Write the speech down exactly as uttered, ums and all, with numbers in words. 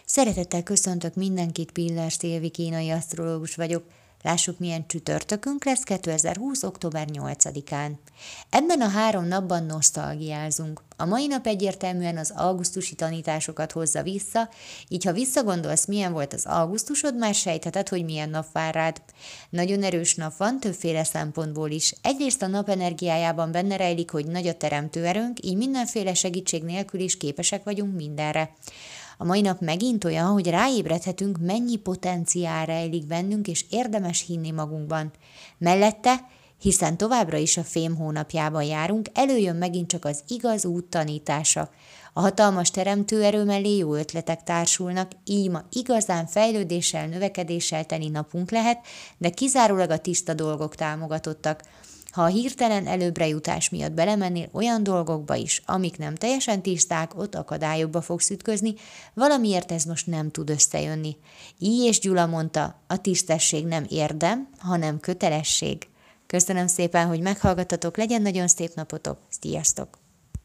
Szeretettel köszöntök mindenkit, Piller Szilvi kínai asztrológus vagyok. Lássuk, milyen csütörtökünk lesz kétezer-húsz. október nyolcadikán. Ebben a három napban nosztalgiázunk. A mai nap egyértelműen az augusztusi tanításokat hozza vissza, így ha visszagondolsz, milyen volt az augusztusod, már sejtheted, hogy milyen nap vár rád. Nagyon erős nap van, többféle szempontból is. Egyrészt a nap energiájában benne rejlik, hogy nagy a teremtő erőnk, így mindenféle segítség nélkül is képesek vagyunk mindenre. A mai nap megint olyan, hogy ráébredhetünk, mennyi potenciál rejlik bennünk, és érdemes hinni magunkban. Mellette, hiszen továbbra is a fém hónapjában járunk, előjön megint csak az igaz út tanítása. A hatalmas teremtőerő mellé jó ötletek társulnak, így ma igazán fejlődéssel, növekedéssel teli napunk lehet, de kizárólag a tiszta dolgok támogatottak. Ha a hirtelen előbbre jutás miatt belemennél olyan dolgokba is, amik nem teljesen tiszták, ott akadályokba fogsz ütközni, valamiért ez most nem tud összejönni. Így és Gyula mondta, a tisztesség nem érdem, hanem kötelesség. Köszönöm szépen, hogy meghallgattatok, legyen nagyon szép napotok, sziasztok!